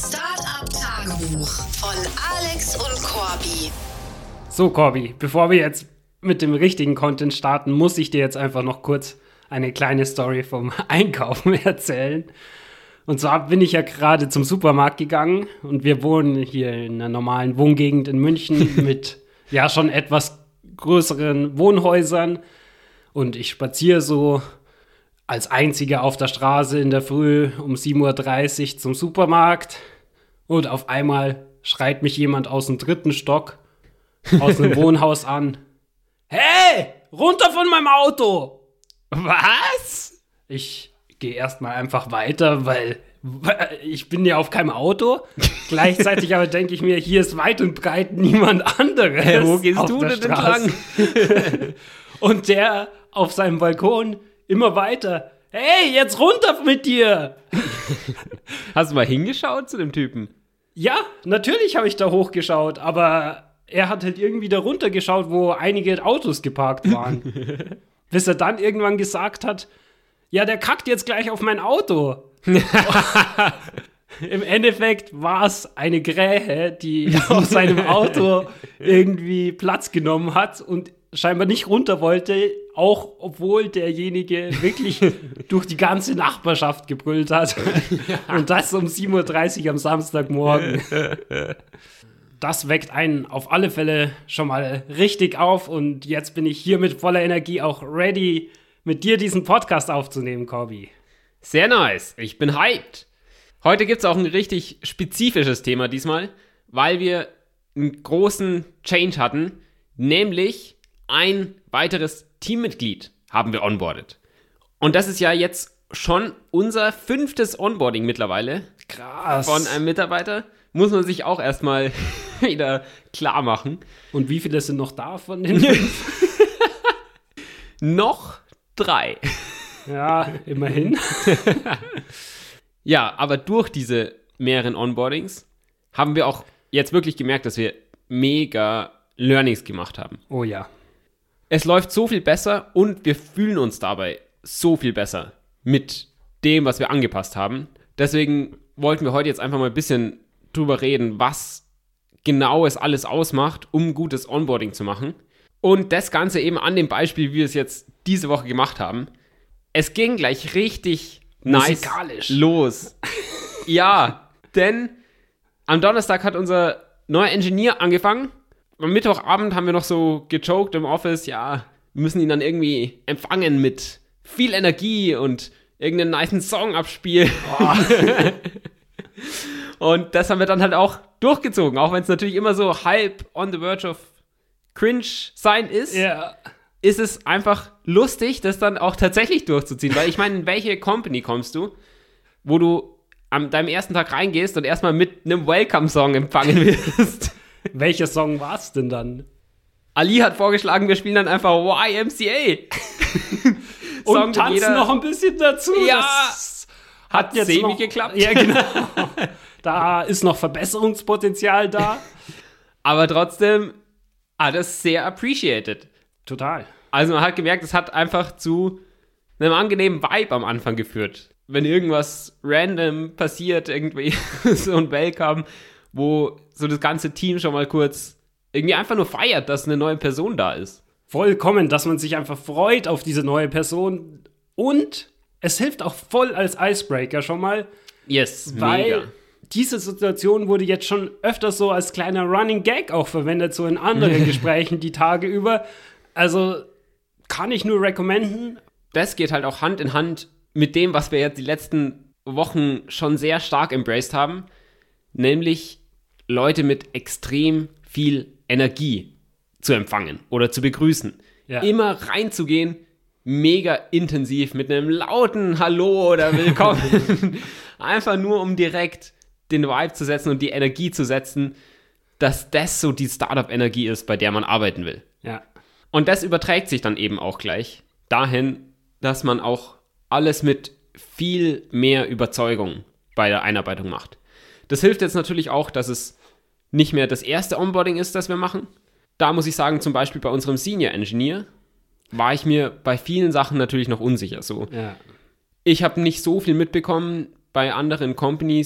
Startup-Tagebuch von Alex und Corby. So, Corby, bevor wir jetzt mit dem richtigen Content starten, muss ich dir jetzt einfach noch kurz eine kleine Story vom Einkaufen erzählen. Und zwar bin ich ja gerade zum Supermarkt gegangen und wir wohnen hier in einer normalen Wohngegend in München mit ja schon etwas größeren Wohnhäusern. Und ich spaziere so als Einziger auf der Straße in der Früh um 7:30 Uhr zum Supermarkt. Und auf einmal schreit mich jemand aus dem 3. Stock, aus einem Wohnhaus an. Hey, runter von meinem Auto! Was? Ich gehe erstmal einfach weiter, weil ich bin ja auf keinem Auto. Gleichzeitig aber denke ich mir, hier ist weit und breit niemand anderes. Hey, wo gehst du denn entlang? Und der auf seinem Balkon immer weiter. Hey, jetzt runter mit dir! Hast du mal hingeschaut zu dem Typen? Ja, natürlich habe ich da hochgeschaut, aber er hat halt irgendwie da runtergeschaut, wo einige Autos geparkt waren. Bis er dann irgendwann gesagt hat, ja, der kackt jetzt gleich auf mein Auto. Im Endeffekt war es eine Krähe, die auf seinem Auto irgendwie Platz genommen hat und scheinbar nicht runter wollte, auch obwohl derjenige wirklich durch die ganze Nachbarschaft gebrüllt hat. Und das um 7:30 Uhr am Samstagmorgen. Das weckt einen auf alle Fälle schon mal richtig auf und jetzt bin ich hier mit voller Energie auch ready, mit dir diesen Podcast aufzunehmen, Corby. Sehr nice. Ich bin hyped. Heute gibt es auch ein richtig spezifisches Thema diesmal, weil wir einen großen Change hatten, nämlich ein weiteres Teammitglied haben wir onboardet. Und das ist ja jetzt schon unser 5. Onboarding mittlerweile. Krass. Von einem Mitarbeiter. Muss man sich auch erstmal wieder klar machen. Und wie viele sind noch da von den 5? Noch 3. Ja, immerhin. Ja, aber durch diese mehreren Onboardings haben wir auch jetzt wirklich gemerkt, dass wir mega Learnings gemacht haben. Oh ja. Es läuft so viel besser und wir fühlen uns dabei so viel besser mit dem, was wir angepasst haben. Deswegen wollten wir heute jetzt einfach mal ein bisschen drüber reden, was genau es alles ausmacht, um gutes Onboarding zu machen. Und das Ganze eben an dem Beispiel, wie wir es jetzt diese Woche gemacht haben. Es ging gleich richtig musikalisch los. Ja, denn am Donnerstag hat unser neuer Engineer angefangen. Am Mittwochabend haben wir noch so gejoked im Office, ja, wir müssen ihn dann irgendwie empfangen mit viel Energie und irgendeinen nicen Song abspielen. Oh. Und das haben wir dann halt auch durchgezogen, auch wenn es natürlich immer so halb on the verge of cringe sein ist. Yeah. Ist es einfach lustig, das dann auch tatsächlich durchzuziehen. Weil ich meine, in welche Company kommst du, wo du an deinem ersten Tag reingehst und erstmal mit einem Welcome-Song empfangen wirst? Welcher Song war es denn dann? Ali hat vorgeschlagen, wir spielen dann einfach YMCA. Und tanzen noch ein bisschen dazu. Ja, das hat jetzt semi geklappt. Ja, genau. Da ist noch Verbesserungspotenzial da. Aber trotzdem alles sehr appreciated. Total. Also man hat gemerkt, es hat einfach zu einem angenehmen Vibe am Anfang geführt. Wenn irgendwas random passiert, irgendwie so ein Welcome, wo so das ganze Team schon mal kurz irgendwie einfach nur feiert, dass eine neue Person da ist. Vollkommen, dass man sich einfach freut auf diese neue Person. Und es hilft auch voll als Icebreaker schon mal. Yes, weil mega. Diese Situation wurde jetzt schon öfters so als kleiner Running Gag auch verwendet, so in anderen Gesprächen die Tage über. Also kann ich nur recommenden. Das geht halt auch Hand in Hand mit dem, was wir jetzt die letzten Wochen schon sehr stark embraced haben, nämlich Leute mit extrem viel Energie zu empfangen oder zu begrüßen. Ja. Immer reinzugehen, mega intensiv mit einem lauten Hallo oder Willkommen. Einfach nur, um direkt den Vibe zu setzen und die Energie zu setzen, dass das so die Startup-Energie ist, bei der man arbeiten will. Ja. Und das überträgt sich dann eben auch gleich dahin, dass man auch alles mit viel mehr Überzeugung bei der Einarbeitung macht. Das hilft jetzt natürlich auch, dass es nicht mehr das erste Onboarding ist, das wir machen. Da muss ich sagen, zum Beispiel bei unserem Senior Engineer war ich mir bei vielen Sachen natürlich noch unsicher. So. Ja. Ich habe nicht so viel mitbekommen bei anderen Companies,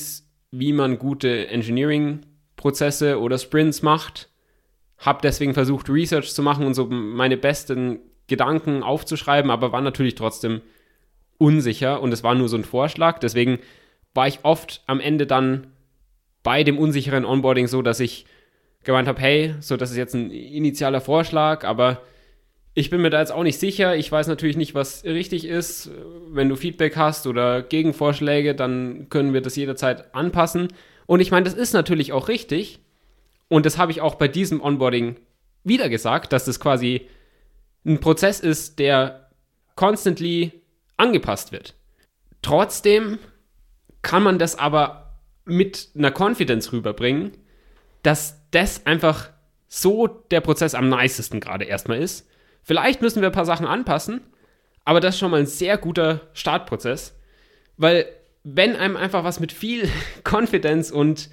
wie man gute Engineering-Prozesse oder Sprints macht. Habe deswegen versucht, Research zu machen und so meine besten Gedanken aufzuschreiben, aber war natürlich trotzdem unsicher und es war nur so ein Vorschlag. Deswegen war ich oft am Ende dann bei dem unsicheren Onboarding so, dass ich gemeint habe, hey, so das ist jetzt ein initialer Vorschlag, aber ich bin mir da jetzt auch nicht sicher. Ich weiß natürlich nicht, was richtig ist. Wenn du Feedback hast oder Gegenvorschläge, dann können wir das jederzeit anpassen. Und ich meine, das ist natürlich auch richtig. Und das habe ich auch bei diesem Onboarding wieder gesagt, dass das quasi ein Prozess ist, der constantly angepasst wird. Trotzdem kann man das aber mit einer Confidence rüberbringen, dass das einfach so der Prozess am nicesten gerade erstmal ist. Vielleicht müssen wir ein paar Sachen anpassen, aber das ist schon mal ein sehr guter Startprozess, weil wenn einem einfach was mit viel Confidence und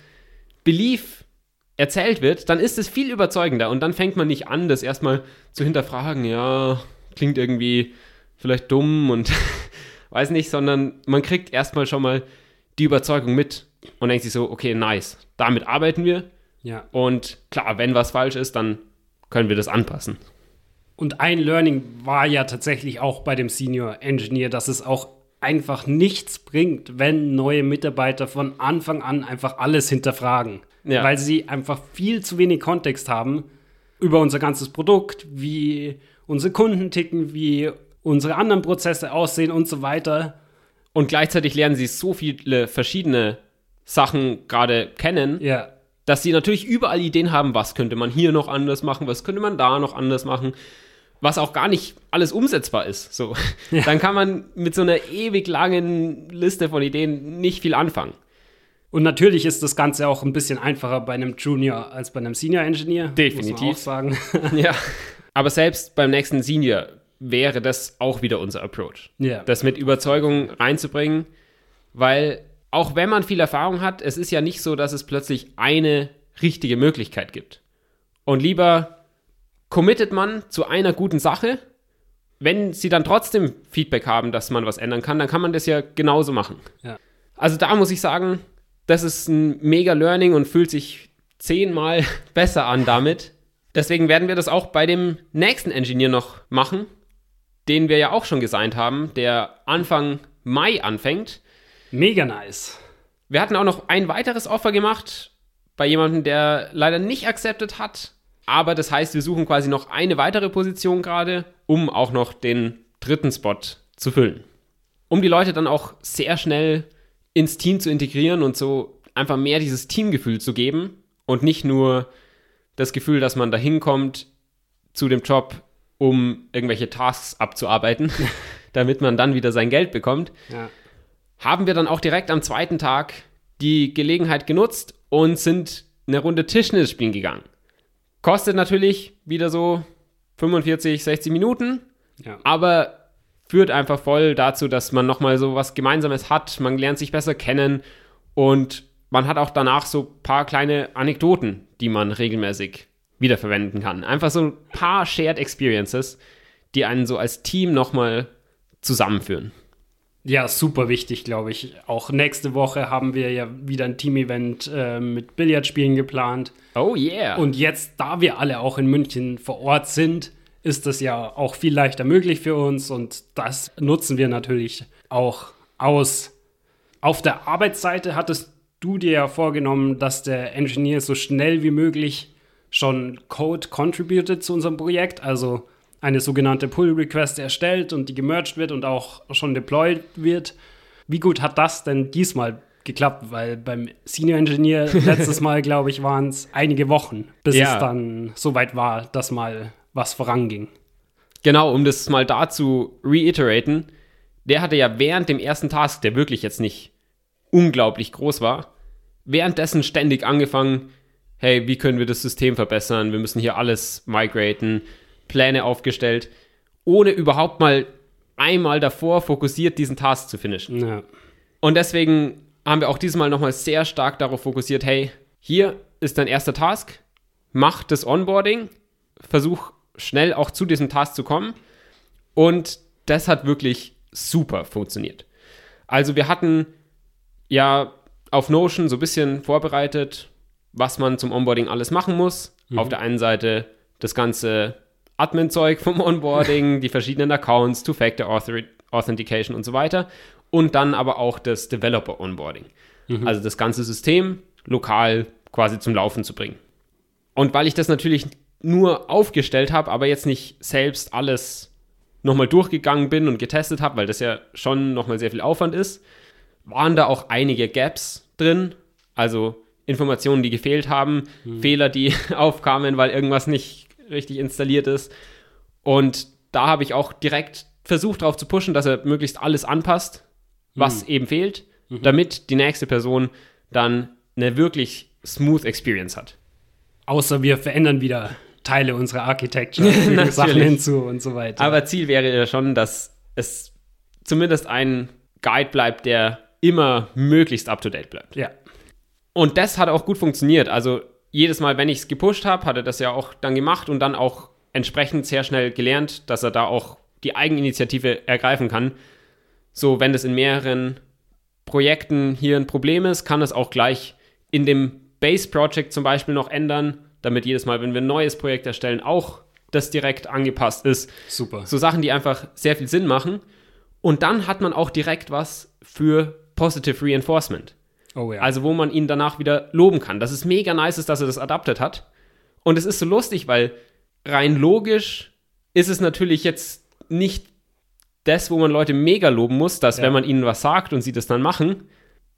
Belief erzählt wird, dann ist es viel überzeugender und dann fängt man nicht an, das erstmal zu hinterfragen, ja, klingt irgendwie vielleicht dumm und weiß nicht, sondern man kriegt erstmal schon mal die Überzeugung mit und denkt sich so, okay, nice, damit arbeiten wir. Ja. Und klar, wenn was falsch ist, dann können wir das anpassen. Und ein Learning war ja tatsächlich auch bei dem Senior Engineer, dass es auch einfach nichts bringt, wenn neue Mitarbeiter von Anfang an einfach alles hinterfragen. Ja. Weil sie einfach viel zu wenig Kontext haben über unser ganzes Produkt, wie unsere Kunden ticken, wie unsere anderen Prozesse aussehen und so weiter. Und gleichzeitig lernen sie so viele verschiedene Sachen gerade kennen, Ja. dass sie natürlich überall Ideen haben, was könnte man hier noch anders machen, was könnte man da noch anders machen, was auch gar nicht alles umsetzbar ist. So. Ja. Dann kann man mit so einer ewig langen Liste von Ideen nicht viel anfangen. Und natürlich ist das Ganze auch ein bisschen einfacher bei einem Junior als bei einem Senior Engineer. Definitiv. Muss man auch sagen. Ja. Aber selbst beim nächsten Senior wäre das auch wieder unser Approach. Ja. Das mit Überzeugung reinzubringen, weil auch wenn man viel Erfahrung hat, es ist ja nicht so, dass es plötzlich eine richtige Möglichkeit gibt. Und lieber committet man zu einer guten Sache, wenn sie dann trotzdem Feedback haben, dass man was ändern kann, dann kann man das ja genauso machen. Ja. Also da muss ich sagen, das ist ein mega Learning und fühlt sich 10-mal besser an damit. Deswegen werden wir das auch bei dem nächsten Engineer noch machen, den wir ja auch schon gesigned haben, der Anfang Mai anfängt. Mega nice. Wir hatten auch noch ein weiteres Offer gemacht bei jemandem, der leider nicht accepted hat. Aber das heißt, wir suchen quasi noch eine weitere Position gerade, um auch noch den dritten Spot zu füllen. Um die Leute dann auch sehr schnell ins Team zu integrieren und so einfach mehr dieses Teamgefühl zu geben und nicht nur das Gefühl, dass man da hinkommt zu dem Job, um irgendwelche Tasks abzuarbeiten, damit man dann wieder sein Geld bekommt. Ja. Haben wir dann auch direkt am zweiten Tag die Gelegenheit genutzt und sind eine Runde Tischtennis spielen gegangen. Kostet natürlich wieder so 45, 60 Minuten, Ja. aber führt einfach voll dazu, dass man nochmal so was Gemeinsames hat, man lernt sich besser kennen und man hat auch danach so ein paar kleine Anekdoten, die man regelmäßig wiederverwenden kann. Einfach so ein paar Shared Experiences, die einen so als Team nochmal zusammenführen. Ja, super wichtig, glaube ich. Auch nächste Woche haben wir ja wieder ein Team-Event mit Billardspielen geplant. Oh yeah! Und jetzt, da wir alle auch in München vor Ort sind, ist das ja auch viel leichter möglich für uns und das nutzen wir natürlich auch aus. Auf der Arbeitsseite hattest du dir ja vorgenommen, dass der Engineer so schnell wie möglich schon Code contributed zu unserem Projekt, also eine sogenannte Pull-Request erstellt und die gemerged wird und auch schon deployed wird. Wie gut hat das denn diesmal geklappt? Weil beim Senior Engineer letztes Mal, glaube ich, waren es einige Wochen, bis es dann soweit war, dass mal was voranging. Genau, um das mal da zu reiteraten, der hatte ja während dem ersten Task, der wirklich jetzt nicht unglaublich groß war, währenddessen ständig angefangen, hey, wie können wir das System verbessern? Wir müssen hier alles migraten, Pläne aufgestellt, ohne überhaupt mal einmal davor fokussiert, diesen Task zu finishen. Ja. Und deswegen haben wir auch diesmal nochmal sehr stark darauf fokussiert, hey, hier ist dein erster Task, mach das Onboarding, versuch schnell auch zu diesem Task zu kommen und das hat wirklich super funktioniert. Also wir hatten ja auf Notion so ein bisschen vorbereitet, was man zum Onboarding alles machen muss. Auf der einen Seite das ganze Admin-Zeug vom Onboarding, die verschiedenen Accounts, Two-Factor Authentication und so weiter. Und dann aber auch das Developer-Onboarding. Also das ganze System lokal quasi zum Laufen zu bringen. Und weil ich das natürlich nur aufgestellt habe, aber jetzt nicht selbst alles nochmal durchgegangen bin und getestet habe, weil das ja schon nochmal sehr viel Aufwand ist, waren da auch einige Gaps drin, also Informationen, die gefehlt haben, Fehler, die aufkamen, weil irgendwas nicht richtig installiert ist. Und da habe ich auch direkt versucht, darauf zu pushen, dass er möglichst alles anpasst, was eben fehlt, damit die nächste Person dann eine wirklich smooth Experience hat. Außer wir verändern wieder Teile unserer Architecture, fügen Sachen hinzu und so weiter. Aber Ziel wäre ja schon, dass es zumindest ein Guide bleibt, der immer möglichst up-to-date bleibt. Ja. Und das hat auch gut funktioniert. Also jedes Mal, wenn ich es gepusht habe, hat er das ja auch dann gemacht und dann auch entsprechend sehr schnell gelernt, dass er da auch die Eigeninitiative ergreifen kann. So, wenn das in mehreren Projekten hier ein Problem ist, kann es auch gleich in dem Base-Project zum Beispiel noch ändern, damit jedes Mal, wenn wir ein neues Projekt erstellen, auch das direkt angepasst ist. Super. So Sachen, die einfach sehr viel Sinn machen. Und dann hat man auch direkt was für Positive Reinforcement. Oh ja. Also wo man ihn danach wieder loben kann. Das ist mega nice, dass er das adapted hat. Und es ist so lustig, weil rein logisch ist es natürlich jetzt nicht das, wo man Leute mega loben muss, dass wenn man ihnen was sagt und sie das dann machen,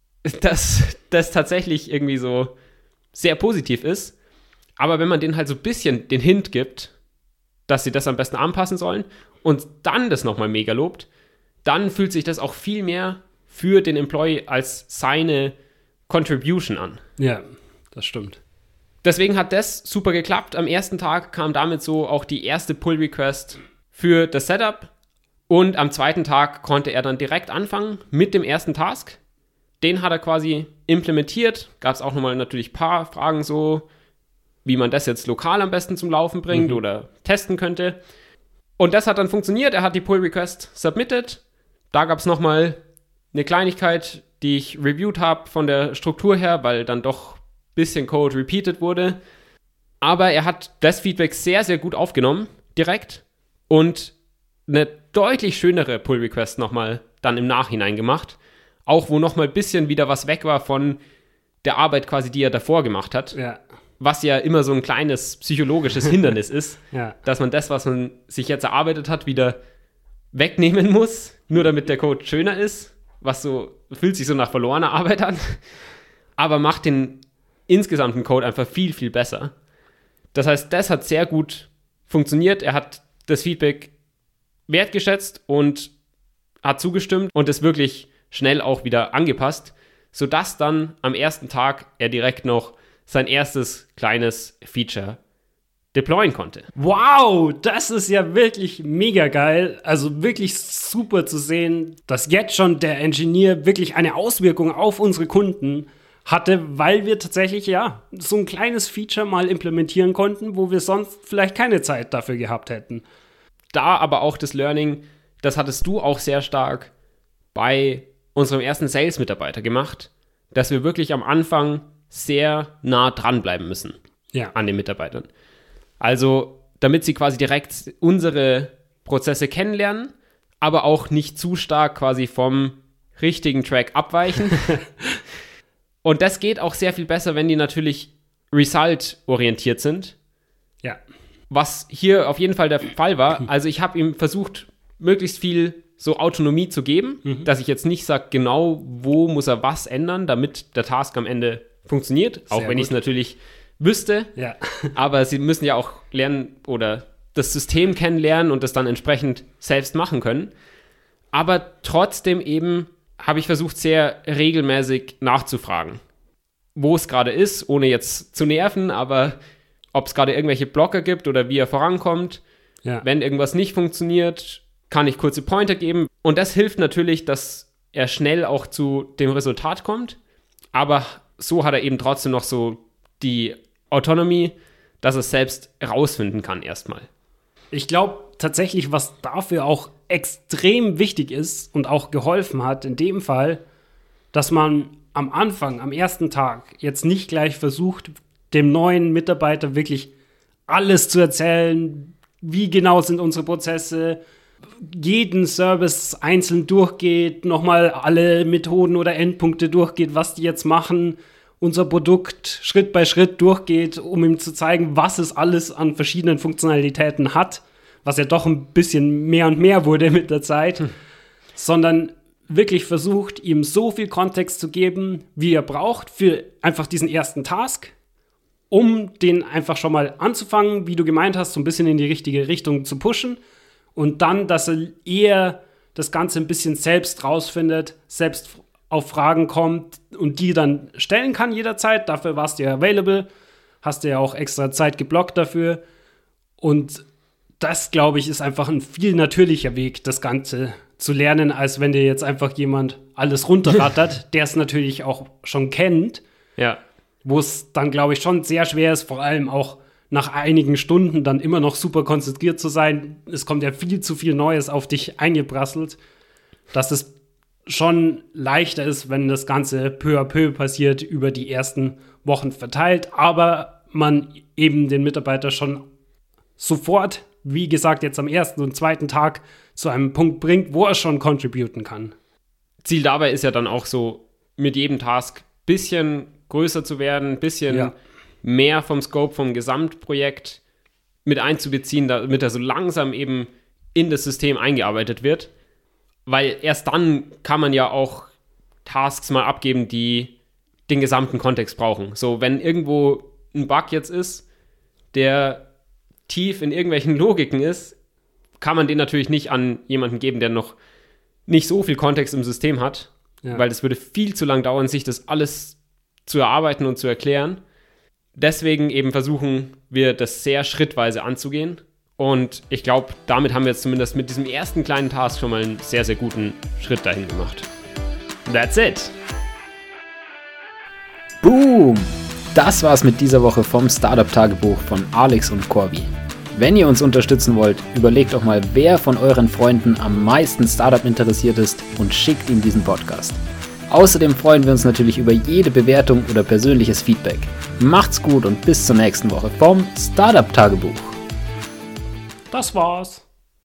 dass das tatsächlich irgendwie so sehr positiv ist. Aber wenn man denen halt so ein bisschen den Hint gibt, dass sie das am besten anpassen sollen und dann das nochmal mega lobt, dann fühlt sich das auch viel mehr für den Employee als seine Contribution an. Ja, das stimmt. Deswegen hat das super geklappt. Am ersten Tag kam damit so auch die erste Pull-Request für das Setup. Und am zweiten Tag konnte er dann direkt anfangen mit dem ersten Task. Den hat er quasi implementiert. Gab es auch nochmal natürlich ein paar Fragen so, wie man das jetzt lokal am besten zum Laufen bringt oder testen könnte. Und das hat dann funktioniert. Er hat die Pull-Request submitted. Da gab es nochmal eine Kleinigkeit, die ich reviewed habe von der Struktur her, weil dann doch ein bisschen Code repeated wurde. Aber er hat das Feedback sehr, sehr gut aufgenommen, direkt. Und eine deutlich schönere Pull-Request nochmal dann im Nachhinein gemacht. Auch wo nochmal ein bisschen wieder was weg war von der Arbeit quasi, die er davor gemacht hat. Ja. Was ja immer so ein kleines psychologisches Hindernis ist, Ja. dass man das, was man sich jetzt erarbeitet hat, wieder wegnehmen muss, nur damit der Code schöner ist, was so, fühlt sich so nach verlorener Arbeit an, aber macht den insgesamten Code einfach viel, viel besser. Das heißt, das hat sehr gut funktioniert. Er hat das Feedback wertgeschätzt und hat zugestimmt und es wirklich schnell auch wieder angepasst, sodass dann am ersten Tag er direkt noch sein erstes kleines Feature deployen konnte. Wow, das ist ja wirklich mega geil. Also wirklich super zu sehen, dass jetzt schon der Engineer wirklich eine Auswirkung auf unsere Kunden hatte, weil wir tatsächlich, ja, so ein kleines Feature mal implementieren konnten, wo wir sonst vielleicht keine Zeit dafür gehabt hätten. Da aber auch das Learning, das hattest du auch sehr stark bei unserem ersten Sales-Mitarbeiter gemacht, dass wir wirklich am Anfang sehr nah dranbleiben müssen an den Mitarbeitern. Also, damit sie quasi direkt unsere Prozesse kennenlernen, aber auch nicht zu stark quasi vom richtigen Track abweichen. Und das geht auch sehr viel besser, wenn die natürlich result-orientiert sind. Ja. Was hier auf jeden Fall der Fall war. Also ich habe ihm versucht, möglichst viel so Autonomie zu geben, dass ich jetzt nicht sage, genau wo muss er was ändern, damit der Task am Ende funktioniert. Auch Sehr wenn ich es gut. natürlich wüsste. Ja. Aber sie müssen ja auch lernen oder das System kennenlernen und das dann entsprechend selbst machen können. Aber trotzdem eben habe ich versucht, sehr regelmäßig nachzufragen, wo es gerade ist, ohne jetzt zu nerven, aber ob es gerade irgendwelche Blocker gibt oder wie er vorankommt. Ja. Wenn irgendwas nicht funktioniert, kann ich kurze Pointer geben. Und das hilft natürlich, dass er schnell auch zu dem Resultat kommt. Aber so hat er eben trotzdem noch so die Autonomie, dass er es selbst rausfinden kann erstmal. Ich glaube tatsächlich, was dafür auch extrem wichtig ist und auch geholfen hat in dem Fall, dass man am Anfang, am ersten Tag, jetzt nicht gleich versucht, dem neuen Mitarbeiter wirklich alles zu erzählen, wie genau sind unsere Prozesse, jeden Service einzeln durchgeht, nochmal alle Methoden oder Endpunkte durchgeht, was die jetzt machen, unser Produkt Schritt bei Schritt durchgeht, um ihm zu zeigen, was es alles an verschiedenen Funktionalitäten hat, was ja doch ein bisschen mehr und mehr wurde mit der Zeit, sondern wirklich versucht, ihm so viel Kontext zu geben, wie er braucht für einfach diesen ersten Task, um den einfach schon mal anzufangen, wie du gemeint hast, so ein bisschen in die richtige Richtung zu pushen und dann, dass er eher das Ganze ein bisschen selbst rausfindet, selbst auf Fragen kommt und die dann stellen kann jederzeit. Dafür warst du ja available, hast du ja auch extra Zeit geblockt dafür und das, glaube ich, ist einfach ein viel natürlicher Weg, das Ganze zu lernen, als wenn dir jetzt einfach jemand alles runterrattert, der es natürlich auch schon kennt. Ja. Wo es dann, glaube ich, schon sehr schwer ist, vor allem auch nach einigen Stunden dann immer noch super konzentriert zu sein. Es kommt ja viel zu viel Neues auf dich eingeprasselt, dass es schon leichter ist, wenn das Ganze peu à peu passiert, über die ersten Wochen verteilt, aber man eben den Mitarbeiter schon sofort, wie gesagt, jetzt am ersten und zweiten Tag zu einem Punkt bringt, wo er schon contributen kann. Ziel dabei ist ja dann auch so, mit jedem Task ein bisschen größer zu werden, ein bisschen mehr vom Scope, vom Gesamtprojekt mit einzubeziehen, damit er so langsam eben in das System eingearbeitet wird. Weil erst dann kann man ja auch Tasks mal abgeben, die den gesamten Kontext brauchen. So, wenn irgendwo ein Bug jetzt ist, der tief in irgendwelchen Logiken ist, kann man den natürlich nicht an jemanden geben, der noch nicht so viel Kontext im System hat, weil es würde viel zu lang dauern, sich das alles zu erarbeiten und zu erklären. Deswegen eben versuchen wir, das sehr schrittweise anzugehen. Und ich glaube, damit haben wir jetzt zumindest mit diesem ersten kleinen Task schon mal einen sehr, sehr guten Schritt dahin gemacht. That's it. Boom! Das war's mit dieser Woche vom Startup-Tagebuch von Alex und Corby. Wenn ihr uns unterstützen wollt, überlegt doch mal, wer von euren Freunden am meisten Startup interessiert ist und schickt ihm diesen Podcast. Außerdem freuen wir uns natürlich über jede Bewertung oder persönliches Feedback. Macht's gut und bis zur nächsten Woche vom Startup-Tagebuch. Das war's.